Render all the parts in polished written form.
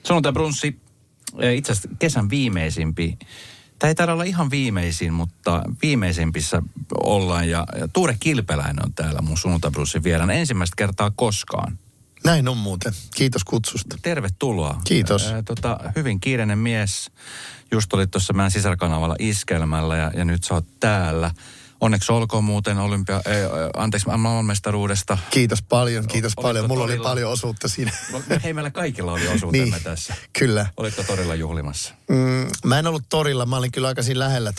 Sunnuntai-brunssi, itse asiassa kesän viimeisimpi. Tämä ei taida olla ihan viimeisin, mutta viimeisimpissä ollaan. Ja Tuure Kilpeläinen on täällä mun sunnuntai-brunssin vieraana ensimmäistä kertaa koskaan. Näin on muuten. Kiitos kutsusta. Tervetuloa. Kiitos. Hyvin kiireinen mies. Just olit tuossa meidän sisarkanavalla Iskelmällä ja nyt sä oot täällä. Onneksi olkoon muuten maailmanmestaruudesta. Kiitos paljon. Mulla oli paljon osuutta siinä. Hei, meillä kaikilla oli osuutemme niin, tässä. Kyllä. Olitko torilla juhlimassa? Mä en ollut torilla. Mä olin kyllä aika siinä lähellä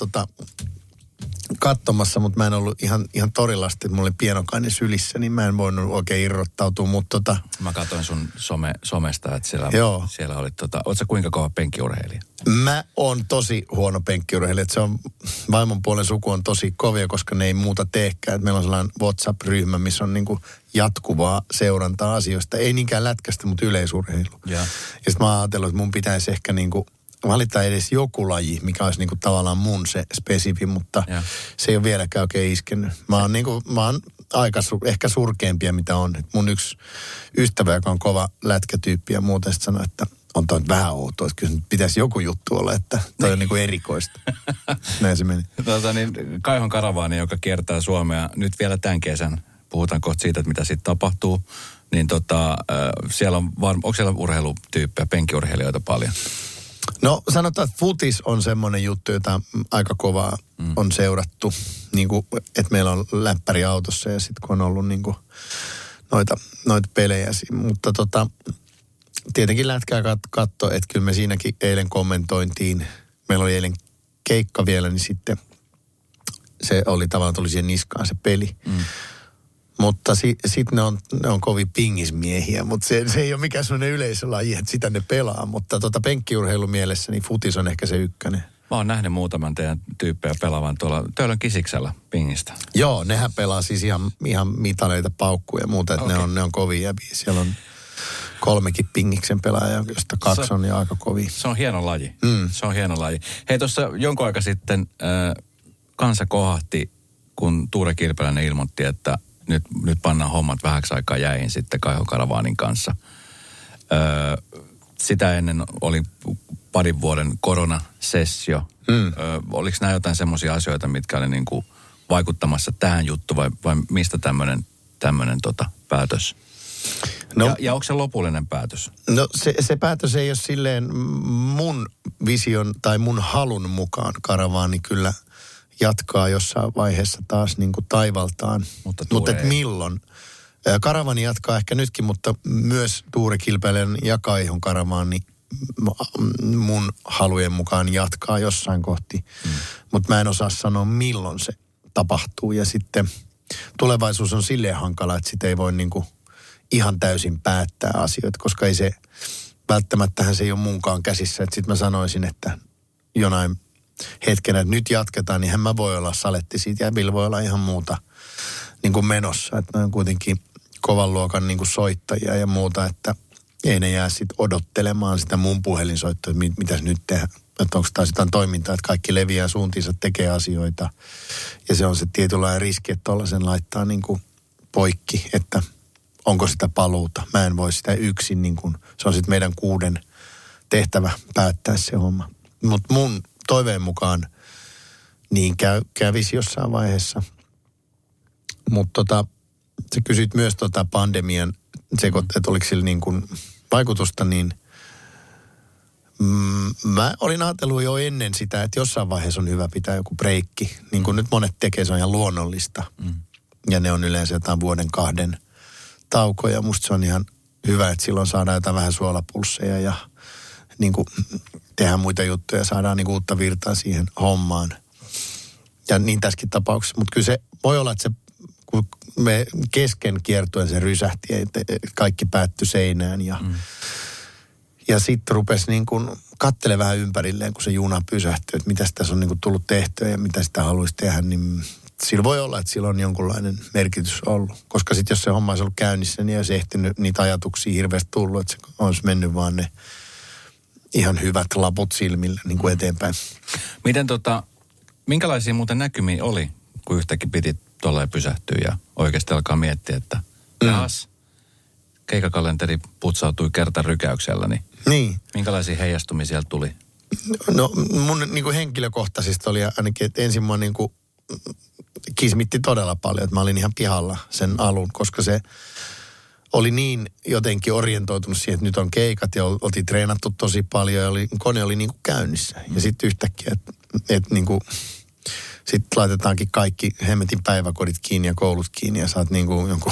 katsomassa, mutta mä en ollut ihan torilla. Sitten mulla oli pienokainen sylissä, niin mä en voinut oikein irrottautua. Mutta Mä katsoin sun somesta, että siellä oli oot sä kuinka kova penkkiurheilija? Mä oon tosi huono penkkiurheilija. Se on, vaimon puolen suku on tosi kovia, koska ne ei muuta teekään. Et meillä on sellainen WhatsApp-ryhmä, missä on niinku jatkuvaa seurantaa asioista. Ei niinkään lätkästä, mutta yleisurheilu. Ja sitten mä oon ajatellut, että mun pitäisi ehkä niinku valita edes joku laji, mikä olisi niinku tavallaan mun se spesifi, mutta se ei ole vieläkään oikein iskenyt. Mä oon aika ehkä surkeampia, mitä on. Et mun yksi ystävä, joka on kova lätkätyyppi ja muuten sitten sanoi, että on toi vähän outoa, että kyllä pitäisi joku juttu olla, että toi on niinku erikoista. Näin se meni. Kaihon karavaani, joka kiertää Suomea nyt vielä tämän kesän. Puhutaan kohta siitä, että mitä sitten tapahtuu. Niin siellä on onko siellä urheilutyyppejä, penkkiurheilijoita paljon? No sanotaan, että futis on semmoinen juttu, jota aika kovaa on seurattu. Niin kuin, että meillä on läppäri autossa ja sitten kun on ollut niin kuin noita pelejä. Mutta tietenkin lätkää katsoa, että kyllä me siinäkin eilen kommentointiin. Meillä oli eilen keikka vielä, niin sitten se oli tavallaan tuli siihen niskaan se peli. Mutta sitten ne on kovin pingismiehiä, mutta se ei ole mikään sellainen yleisölaji, että sitä ne pelaa. Mutta penkkiurheilun mielessä niin futis on ehkä se ykkönen. Mä oon nähnyt muutaman teidän tyyppejä pelaavan tuolla Töölön Kisiksellä pingistä. Joo, nehän pelaa siis ihan mitaleita paukkuja ja muuta, että ne on kovia jäbiä. Siellä on 3 pingiksen pelaajaa, josta 2 on jo aika kovia. Se on hieno laji. Se on hieno laji. Hei, tuossa jonkun aika sitten kansa kohahti, kun Tuure Kilpeläinen ilmoitti, että nyt pannaan hommat vähäksi aikaa jäihin sitten Kaihon karavaanin kanssa. Sitä ennen oli parin vuoden koronasessio. Oliko nämä jotain semmoisia asioita, mitkä oli niin kuin vaikuttamassa tähän juttuun vai mistä tämmöinen päätös? No, ja onko se lopullinen päätös? No se päätös ei ole silleen mun vision tai mun halun mukaan. Karavaani kyllä jatkaa jossain vaiheessa taas niin kuin taivaltaan. Mutta et milloin? Karavani jatkaa ehkä nytkin, mutta myös Tuure Kilpeläinen ja Kaihon karavaani mun halujen mukaan jatkaa jossain kohti. Mutta mä en osaa sanoa, milloin se tapahtuu. Ja sitten tulevaisuus on silleen hankala, että sitä ei voi niin kuin ihan täysin päättää asioita, koska ei se, välttämättähän se ei ole munkaan käsissä. Että sitten mä sanoisin, että jonain hetkenä, että nyt jatketaan, niin mä voi olla saletti siitä ja Bill voi olla ihan muuta niin kuin menossa. Että ne on kuitenkin kovan luokan niin kuin soittajia ja muuta, että ei ne jää sitten odottelemaan sitä mun puhelinsoittoa, että mitäs nyt tehdään. Että onko taas jotain toimintaa, että kaikki leviää suuntiinsa, tekee asioita. Ja se on se tietynlainen riski, että tollaisen laittaa niin kuin poikki, että onko sitä paluuta. Mä en voi sitä yksin, niin kuin, se on sitten meidän 6 tehtävä päättää se homma. Mutta mun toiveen mukaan niin kävisi jossain vaiheessa. Mutta sä kysyit myös pandemian että oliko sillä niin kuin vaikutusta, niin mä olin ajatellut jo ennen sitä, että jossain vaiheessa on hyvä pitää joku breikki. Niin kuin nyt monet tekee, se on ihan luonnollista. Ja ne on yleensä jotain 1-2 taukoja. Musta se on ihan hyvä, että silloin saadaan jotain vähän suolapulsseja ja niin kuin tehdään muita juttuja, saadaan niin kuin uutta virtaa siihen hommaan. Ja niin tässäkin tapauksessa. Mutta kyllä se voi olla, että se, kun me kesken kiertuen se rysähti, että kaikki päättyi seinään. Ja sitten rupesi niin kuin katselemaan vähän ympärilleen, kun se juna pysähtyi, että mitä tässä on niin kuin tullut tehtyä ja mitä sitä haluaisi tehdä, niin sillä voi olla, että sillä on jonkunlainen merkitys ollut. Koska sitten jos se homma olisi ollut käynnissä, niin ei olisi ehtinyt niitä ajatuksia hirveästi tullut, että se olisi mennyt vaan ne ihan hyvät laput silmillä niin kuin eteenpäin. Miten minkälaisia muuten näkymiä oli, kun yhtäkkiä piti tolleen pysähtyä ja oikeasti alkaa miettiä, että taas keikakalenteri putsautui kertarykäyksellä, niin Niin. Minkälaisia heijastumisia sieltä tuli? No mun niin kuin henkilökohtaisesti oli ainakin, että ensin mua niin kuin kismitti todella paljon, että mä olin ihan pihalla sen alun, koska se oli niin jotenkin orientoitunut siihen, että nyt on keikat ja oltiin treenattu tosi paljon ja kone oli niin kuin käynnissä. Ja sitten yhtäkkiä, että niin kuin sitten laitetaankin kaikki hemmetin päiväkodit kiinni ja koulut kiinni ja saat niin kuin jonkun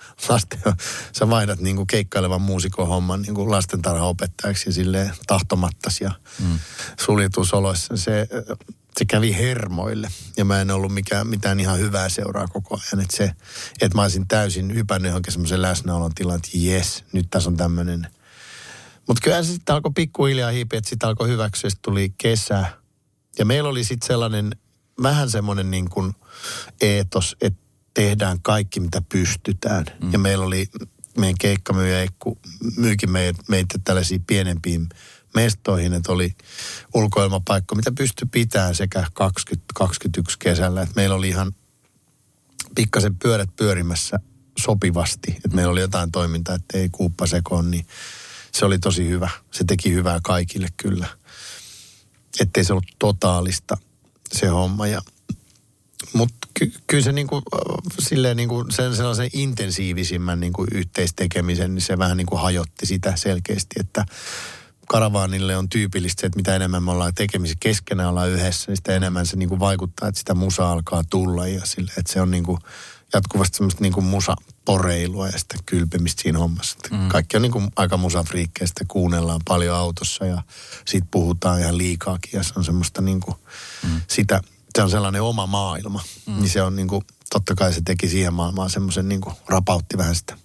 sä vaihdat niin kuin keikkailevan muusikon homman niin kuin lastentarhaopettajaksi ja silleen tahtomattas ja suljetusoloissa. Se kävi hermoille ja mä en ollut mitään ihan hyvää seuraa koko ajan. Että mä olisin täysin hypännyt johonkin semmoisen läsnäolon tilaan, että jes, nyt tässä on tämmöinen. Mutta kyllä se sitten alkoi pikkuhiljaa hiipiä, että sitten alkoi hyväksyä, sitten tuli kesä. Ja meillä oli sitten sellainen, vähän semmoinen niin kuin eetos, että tehdään kaikki, mitä pystytään. Ja meillä oli, meidän keikkamyyjä Eikku myykin meitä tällaisiin pienempiin mestoihin, että oli ulkoilmapaikka, mitä pystyi pitämään sekä 2021 kesällä. Että meillä oli ihan pikkasen pyörät pyörimässä sopivasti, että meillä oli jotain toimintaa, että ei kuuppa sekoon, niin se oli tosi hyvä. Se teki hyvää kaikille kyllä. Ettei se ollut totaalista se homma. Mutta kyllä se niinku, silleen niinku sen sellaisen intensiivisimmän niinku yhteistekemisen, niin se vähän niinku hajotti sitä selkeästi, että karavaanille on tyypillistä se, että mitä enemmän me ollaan tekemisissä, keskenään ollaan yhdessä, niin sitä enemmän se niinku vaikuttaa, että sitä musaa alkaa tulla ja sille, että se on niinku jatkuvasti semmoista niinku musaporeilua ja sitä kylpemistä siinä hommassa. Kaikki on niinku aika musafriikkejä, sitä kuunnellaan paljon autossa ja siitä puhutaan ihan liikaakin ja se on semmoista niinku sitä. Se on sellainen oma maailma, niin se on niinku, totta kai se teki siihen maailmaan semmoisen niinku, rapautti vähän sitä.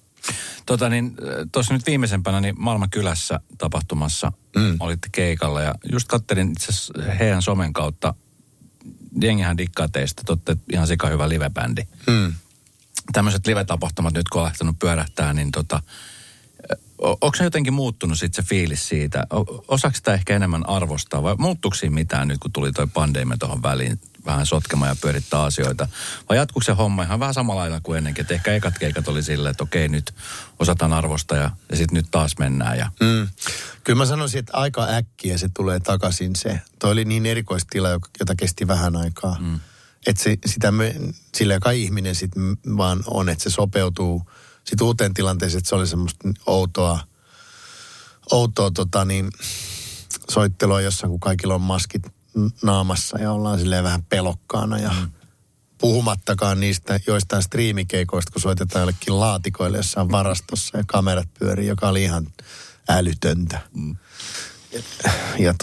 Tuossa nyt viimeisempänä niin Malmakylässä tapahtumassa olitte keikalla ja just kattelin itse asiassa heidän somen kautta, jengihän dikkaa teistä, te olette ihan sika hyvä livebändi. Tämmöiset live-tapahtumat nyt kun on lähtenyt pyörähtää, niin onko se jotenkin muuttunut sitten se fiilis siitä? Osaako sitä ehkä enemmän arvostaa vai muuttuiko siinä mitään nyt kun tuli toi pandemia tuohon väliin? Vähän sotkemaan ja pyörittää asioita. Vai jatkuuko se homma ihan vähän samalla lailla kuin ennenkin? Että ehkä ekat keikat oli silleen, että okei, nyt osataan arvostaa ja sitten nyt taas mennään. Ja... Kyllä mä sanoisin, että aika äkkiä se tulee takaisin se. Toi oli niin erikoistila, jota kesti vähän aikaa. Että sillä kai ihminen sitten vaan on, että se sopeutuu sitten uuteen tilanteeseen, että se oli semmoista outoa soittelua jossain, kun kaikilla on maskit naamassa ja ollaan silleen vähän pelokkaana ja puhumattakaan niistä joistain striimikeikoista, kun soitetaan jollekin laatikoille jossain varastossa ja kamerat pyörii, joka oli ihan älytöntä. Ja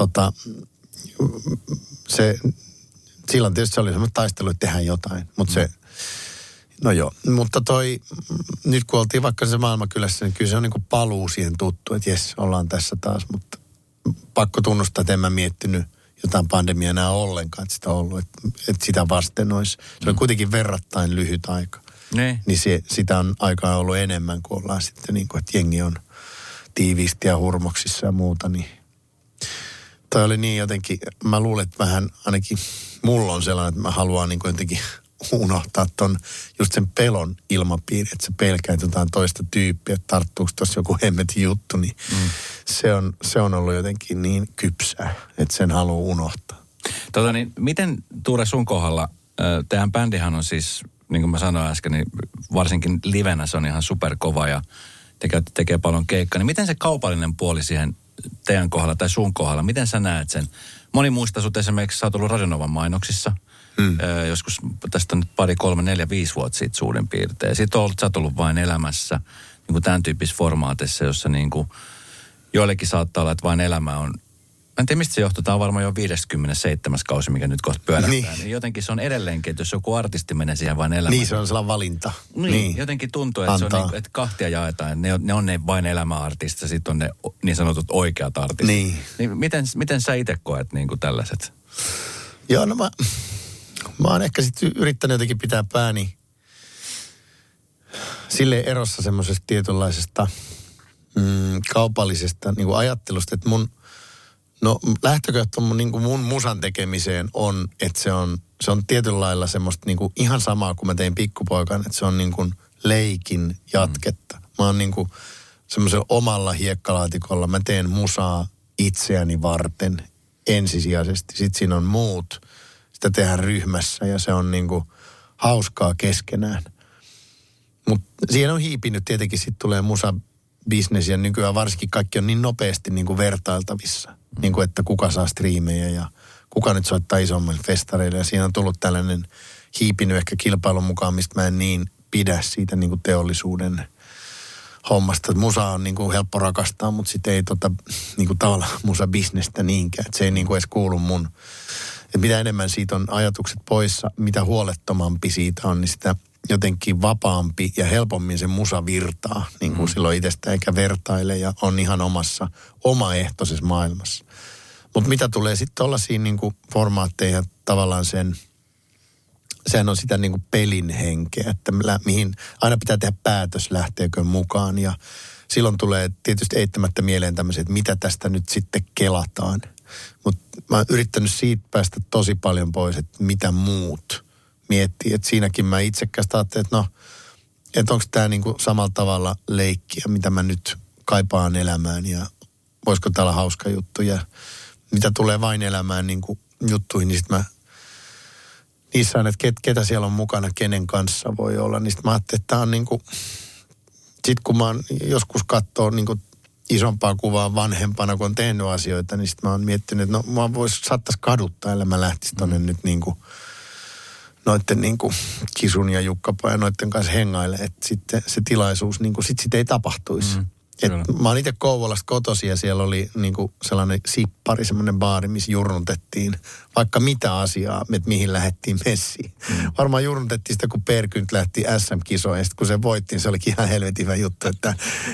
silloin tietysti se oli semmoinen taistelu, että tehdään jotain, mutta se, no joo, mutta nyt kun oltiin vaikka se Malmakylässä, niin kyllä se on niin kuin paluu siihen tuttuun, että jes, ollaan tässä taas, mutta pakko tunnustaa, että en mä miettinyt jotain pandemiaa enää ollenkaan, että sitä on ollut, että sitä vasten olisi. Se on kuitenkin verrattain lyhyt aika. Niin sitä on aikaa ollut enemmän, kun ollaan sitten niin kuin, että jengi on tiiviisti ja hurmoksissa ja muuta. Niin. Toi oli niin jotenkin, mä luulen, että vähän ainakin mulla on sellainen, että mä haluan niin kuin jotenkin unohtaa just sen pelon ilmapiiri, että sä pelkäät jotain toista tyyppiä, että tarttuuko tuossa joku hemmetin juttu, niin se on ollut jotenkin niin kypsää, että sen haluaa unohtaa. Miten Tuure sun kohdalla, teidän bändihän on siis, niin kuin mä sanoin äsken, niin varsinkin livenä se on ihan superkova ja tekee paljon keikkaa, niin miten se kaupallinen puoli siihen teidän kohdalla tai sun kohdalla, miten sä näet sen? Moni muistaa sut esimerkiksi, sä oot ollut Radionovan mainoksissa, joskus tästä on nyt 2, 3, 4, 5 vuotta siitä suurin piirtein. Sitten sä oot ollut vain elämässä niin kuin tämän tyyppisessä formaatissa, jossa niin kuin joillekin saattaa olla, että vain elämä on, en tiedä mistä se johtuu, tämä on varmaan jo 57. kausi, mikä nyt kohta pyörähtää. Niin jotenkin se on edelleenkin, että jos joku artisti menee siihen vain elämään. Niin, se on sellainen valinta. Niin. Jotenkin tuntuu, että se on niin, että kahtia jaetaan, että ne on ne vain elämäartistit ja sitten on ne niin sanotut oikeat artistit. Niin miten sä itse koet niin kuin tällaiset? Joo, no mä oon ehkä sitten yrittänyt jotenkin pitää pääni silleen erossa semmoisesta tietynlaisesta kaupallisesta niin kuin ajattelusta, että lähtökohta mun musan tekemiseen on, että se on tietyllä lailla semmoista niin kuin ihan samaa kuin mä tein pikkupoikana, että se on niin kuin leikin jatketta. Mä oon niin kuin semmoisella omalla hiekkalaatikolla. Mä teen musaa itseäni varten ensisijaisesti. Sitten siinä on muut. Sitä tehdään ryhmässä ja se on niinku hauskaa keskenään. Mutta siihen on hiipinyt tietenkin, sitten tulee musabisnes ja nykyään varsinkin kaikki on niin nopeasti niinku vertailtavissa. Niinku että kuka saa striimejä ja kuka nyt soittaa isommille festareille. Ja siinä on tullut tällainen hiipinyt ehkä kilpailun mukaan, mistä mä en niin pidä siitä niinku teollisuuden hommasta. Musa on niinku helppo rakastaa, mutta sitten ei niinku tavallaan musabisnestä niinkään. Et se ei niinku edes kuulu mun. Et mitä enemmän siitä on ajatukset poissa, mitä huolettomampi siitä on, niin sitä jotenkin vapaampi ja helpommin se musa virtaa. Niin kuin silloin itsestä eikä vertaile ja on ihan omaehtoisessa maailmassa. Mutta mitä tulee sitten tollaisiin niinku formaatteihin, tavallaan sehän on sitä niinku pelin henkeä, että mihin aina pitää tehdä päätös, lähteekö mukaan. Ja silloin tulee tietysti eittämättä mieleen tämmöiset, että mitä tästä nyt sitten kelataan. Mutta mä oon yrittänyt siitä päästä tosi paljon pois, että mitä muut miettii. Että siinäkin mä itsekästä ajattelin, että että onko tämä niinku samalla tavalla leikkiä, mitä mä nyt kaipaan elämään ja voisiko täällä olla hauska juttu. Ja mitä tulee vain elämään niinku juttuihin, niin sitten mä niissä on, että ketä siellä on mukana, kenen kanssa voi olla. Niin sitten mä ajattelin, että tämä on niinku, sitten kun mä oon joskus katsoo niinku isompaa kuvaa vanhempana, kun on tehnyt asioita, niin sitten mä oon miettinyt, että mä saattaisi kaduttaa, ellei mä lähtisi tonne nyt niinku noitten niinku Kisun ja Jukkapa ja noitten kanssa hengaille, että sitten se tilaisuus niinku sit ei tapahtuisi. Mä oon itse Kouvolasta kotoisin ja siellä oli niinku sellainen sippari, semmoinen baari, missä jurnutettiin vaikka mitä asiaa, että mihin lähdettiin messiin. Varmaan jurnutettiin sitä, kun Perkynt lähti SM-kisoihin, ja sitten kun se voitti, niin se olikin ihan helvetin hyvä juttu, että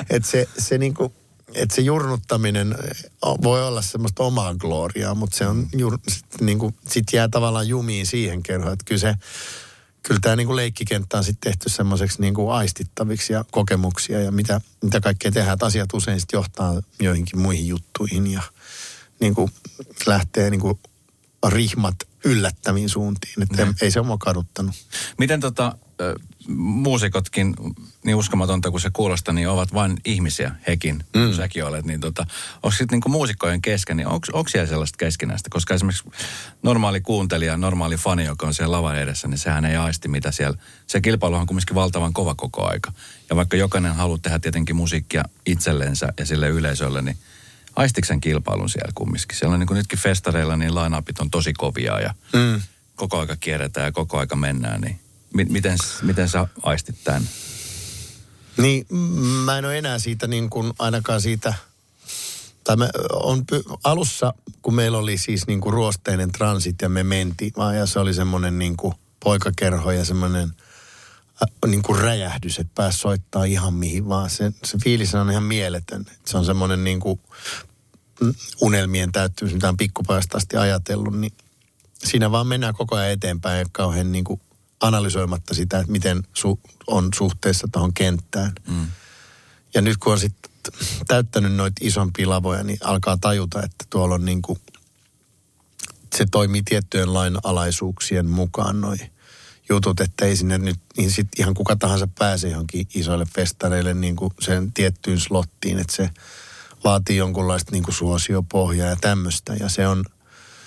se niinku, että se jurnuttaminen voi olla semmoista omaa gloriaa, mutta se on niinku, sit jää tavallaan jumiin siihen kerhoon, että kyllä tämä niinku leikkikenttä on sitten tehty semmoiseksi niinku aistittaviksi ja kokemuksia ja mitä kaikkea tehdään. Että asiat usein sitten johtaa joihinkin muihin juttuihin ja niinku lähtee niinku rihmat yllättäviin suuntiin. Että ei se ole mua kaduttanut. Miten muusikotkin, niin uskomatonta kuin se kuulostaa, niin ovat vain ihmisiä, hekin, kun säkin olet. Niin onko sitten niinku muusikkojen kesken, niin onko siellä sellaista keskinäistä? Koska esimerkiksi normaali kuuntelija, normaali fani, joka on siellä lavan edessä, niin sehän ei aisti mitä siellä. Se kilpailu on kumminkin valtavan kova koko aika. Ja vaikka jokainen haluaa tehdä tietenkin musiikkia itsellensä ja sille yleisölle, niin aistiko sen kilpailun siellä kumminkin? Siellä on niin kuin nytkin festareilla, niin line-upit on tosi kovia ja koko aika kierretään ja koko aika mennään, niin miten sä aistit tämän? Niin, mä en ole enää siitä niin kuin ainakaan siitä, tai alussa, kun meillä oli siis niin kuin ruosteinen transit ja me mentiin, ja se oli semmoinen niin kuin poikakerho ja semmoinen niin kuin räjähdys, että pääsi soittaa ihan mihin vaan. Se fiilis on ihan mieletön. Se on semmoinen niin kuin unelmien täyttymys, mitä on pikkupajasta asti ajatellut, niin siinä vaan mennään koko ajan eteenpäin ja kauhean niin kuin analysoimatta sitä, että miten on suhteessa tuohon kenttään. Ja nyt kun on sitten täyttänyt noita isompia lavoja, niin alkaa tajuta, että tuolla on niin kuin, se toimii tiettyjen lainalaisuuksien mukaan noi jutut, että ei sinne nyt, niin sitten ihan kuka tahansa pääsee johonkin isoille festareille niin kuin sen tiettyyn slottiin, että se vaatii jonkunlaista niin kuin suosiopohjaa ja tämmöistä. Ja se on,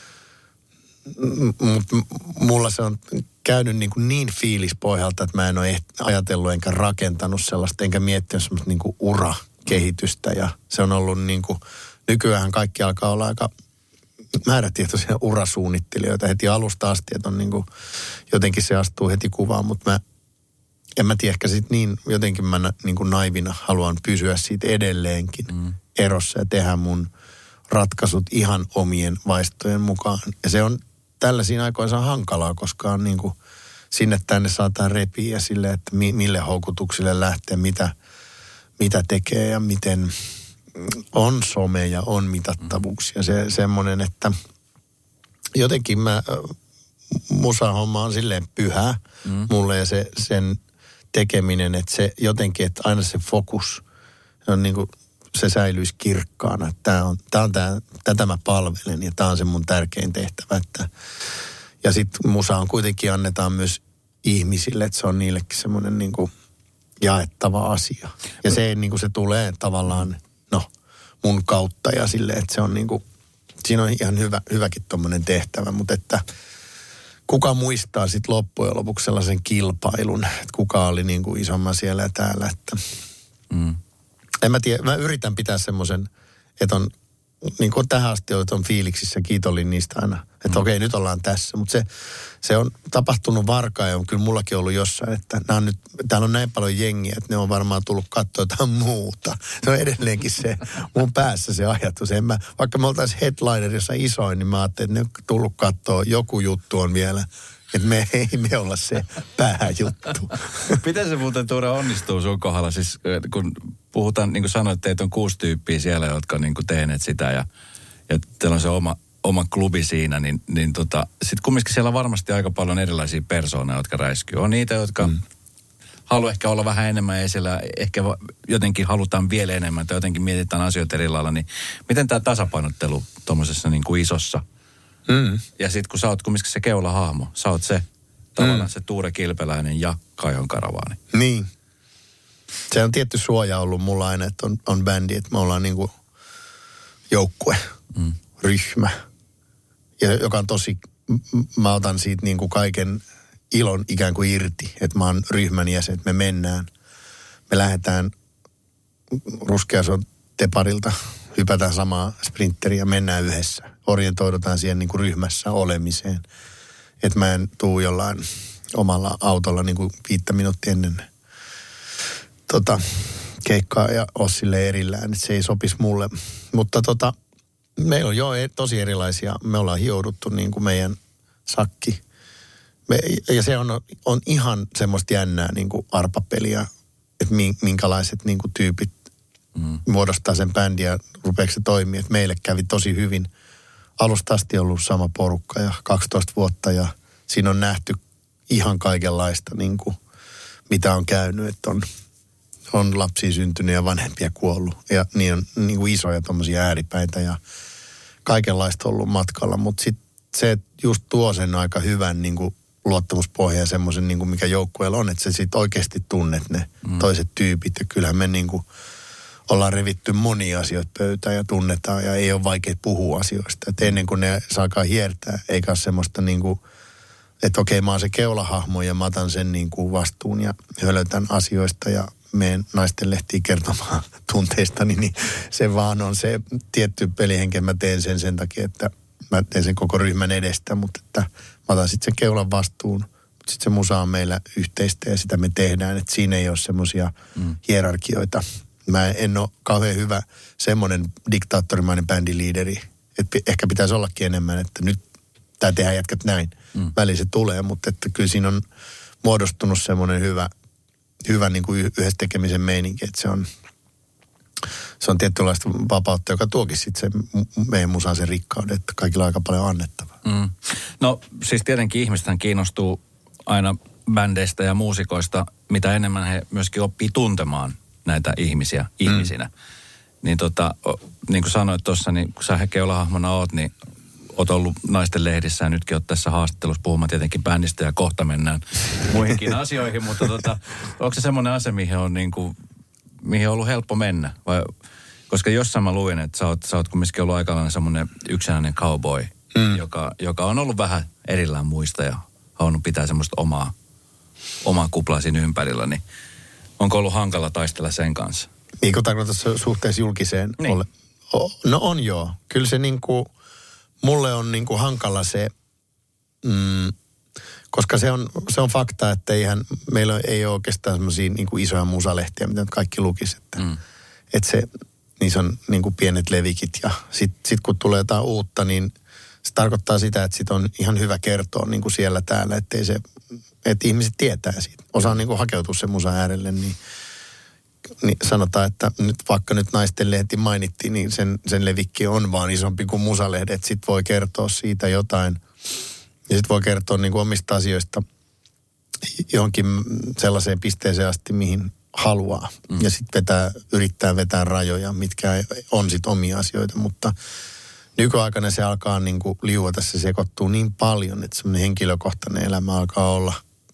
mulla se on käynyt niin fiilispohjalta, että mä en ole ajatellut enkä rakentanut sellaista, enkä miettinyt semmoista niin kuin urakehitystä. Ja se on ollut niin kuin, nykyään kaikki alkaa olla aika määrätietoisia urasuunnittelijoita heti alusta asti, että on niin kuin, jotenkin se astuu heti kuvaan, mutta en mä tiedä, ehkä sit niin jotenkin mä niin kuin naivina haluan pysyä siitä edelleenkin erossa ja tehdä mun ratkaisut ihan omien vaistojen mukaan. Ja se on tällaisiin aikoina hankalaa, koska on niin kuin sinne tänne saataan repiä ja sille, että mille houkutuksille lähtee, mitä tekee ja miten on some ja on mitattavuuksia. Se semmoinen, että jotenkin musahomma on silleen pyhä mulle ja sen tekeminen, että se jotenkin, että aina se fokus on niin kuin se säilyisi kirkkaana. Tätä mä palvelen ja tämä on se mun tärkein tehtävä. Ja sitten musa on kuitenkin annetaan myös ihmisille, että se on niillekin semmoinen niin kuin jaettava asia. Ja se niin kuin se tulee tavallaan, mun kautta ja silleen, että se on niin kuin, siinä on ihan hyväkin tommoinen tehtävä, mutta että kuka muistaa sitten loppujen lopuksi sellaisen kilpailun, että kuka oli niin kuin isomman siellä ja täällä, että en mä tiedä, mä yritän pitää semmoisen, että on niin kuin tähän asti on fiiliksissä, kiitollinen niistä aina, että okei, nyt ollaan tässä, mutta se on tapahtunut varkaan ja on kyllä mullakin ollut jossain, että täällä on näin paljon jengiä, että ne on varmaan tullut katsoa jotain muuta. Se on edelleenkin se mun päässä se ajatus. Vaikka me oltaisiin headlinerissa isoin, niin mä ajattelin, että ne tullut katsoa, joku juttu on vielä. Että me ei me olla se pääjuttu. Miten se muuten Ture onnistuu sun kohdalla? Siis kun puhutaan, niin kuin sanoit, että teitä on 6 tyyppiä siellä, jotka on niin kuin tehneet sitä ja teillä on se oma klubi siinä, niin sitten kumminkin siellä on varmasti aika paljon erilaisia persooneja, jotka räiskyy. On niitä, jotka haluaa ehkä olla vähän enemmän esillä, ehkä jotenkin halutaan vielä enemmän tai jotenkin mietitään asioita eri lailla, niin miten tämä tasapainottelu tuommoisessa niin kuin isossa? Ja sitten kun sä oot kumminkin se keulahahmo, sä oot se tavallaan se Tuure Kilpeläinen ja Kaijon Karavaani. Niin. Se on tietty suoja ollut mulla aina, että on bändi, että me ollaan niinku joukkue, ryhmä. Ja joka on tosi, mä otan siitä niinku kaiken ilon ikään kuin irti, että mä oon ryhmän jäsen, että me mennään. Me lähdetään Ruskeason teparilta, hypätään samaa sprinteriä, mennään yhdessä. Orientoidutaan siihen niin kuin ryhmässä olemiseen. Että mä en tuu jollain omalla autolla niin kuin 5 minuuttia ennen keikkaa ja ole sille erillään, että se ei sopisi mulle. Mutta meillä on jo tosi erilaisia, me ollaan hiouduttu niin kuin meidän sakki. Ja se on ihan semmoista jännää niin kuin arpapeliä, että minkälaiset niin kuin tyypit muodostaa sen bändin ja rupeeko se toimia. Että meille kävi tosi hyvin. Alusta asti ollut sama porukka ja 12 vuotta ja siinä on nähty ihan kaikenlaista, niin kuin, mitä on käynyt. Että on lapsia syntynyt ja vanhempia kuollut ja niin on niin kuin isoja tommosia ääripäitä ja kaikenlaista ollut matkalla. Mutta sitten se just tuo sen aika hyvän niin kuin luottamuspohja ja semmoisen, niin kuin mikä joukkueella on, että sä sitten oikeasti tunnet ne toiset tyypit ja kyllähän me niin kuin ollaan revitty monia asioita pöytään ja tunnetaan ja ei ole vaikea puhua asioista. Et ennen kuin ne saakaan hiertää, eikä ole semmoista niin kuin, että okei, mä oon se keulahahmo ja mä otan sen niin kuin vastuun ja hölötän asioista ja meen naisten lehtiin kertomaan tunteistani, niin se vaan on se tietty pelihenke. Mä teen sen takia, että mä teen sen koko ryhmän edestä, mutta että mä otan sitten sen keulan vastuun. Sitten se musa on meillä yhteistä ja sitä me tehdään, että siinä ei ole semmoisia hierarkioita. Mä en ole kauhean hyvä semmoinen diktaattorimainen bändiliideri, että ehkä pitäisi ollakin enemmän, että nyt tää tehdään jätkät näin. Väliin se tulee, mutta että kyllä siinä on muodostunut semmoinen hyvä niin kuin yhdessä tekemisen meininki, että se on tietynlaista vapautta, joka tuokin sitten se meidän musaan sen rikkauden, että kaikilla on aika paljon annettavaa. No siis tietenkin ihmisethän kiinnostuu aina bändeistä ja muusikoista, mitä enemmän he myöskin oppii tuntemaan näitä ihmisiä ihmisinä. Niin niin kuin sanoit tuossa, niin kun sä keulahahmona oot, niin oot ollut naisten lehdissä ja nytkin oot tässä haastattelussa puhumaan tietenkin bändistä ja kohta mennään muihinkin asioihin, mutta onko se semmoinen asia, mihin on ollut helppo mennä? Vai, koska jossain mä luin, että sä oot kumminkin ollut aikanaan semmoinen yksinäinen cowboy, joka on ollut vähän erillään muista ja halunnut pitää semmoista omaa kuplaa siinä ympärillä, niin onko ollut hankala taistella sen kanssa? Niin kuin tarkoittaa suhteessa julkiseen? Niin. No on joo. Kyllä se niinku, mulle on niinku hankala se, koska se on fakta, että meillä ei ole oikeastaan semmoisia niinku isoja musalehtiä, mitä kaikki lukisi. Että niissä on niinku pienet levikit ja sit kun tulee jotain uutta, niin se tarkoittaa sitä, että sit on ihan hyvä kertoa niinku siellä täällä, että ihmiset tietää siitä. Osaa niinku hakeutua sen musan äärelle, niin sanotaan, että vaikka nyt naisten lehti mainittiin, niin sen levikki on vaan isompi kuin musalehdet. Sitten voi kertoa siitä jotain. Ja sitten voi kertoa niin kuin omista asioista johonkin sellaiseen pisteeseen asti, mihin haluaa. Ja sitten yrittää vetää rajoja, mitkä on sitten omia asioita. Mutta nykyaikana se alkaa niin kuin liuota, se sekoittuu niin paljon, että semmoinen henkilökohtainen elämä alkaa olla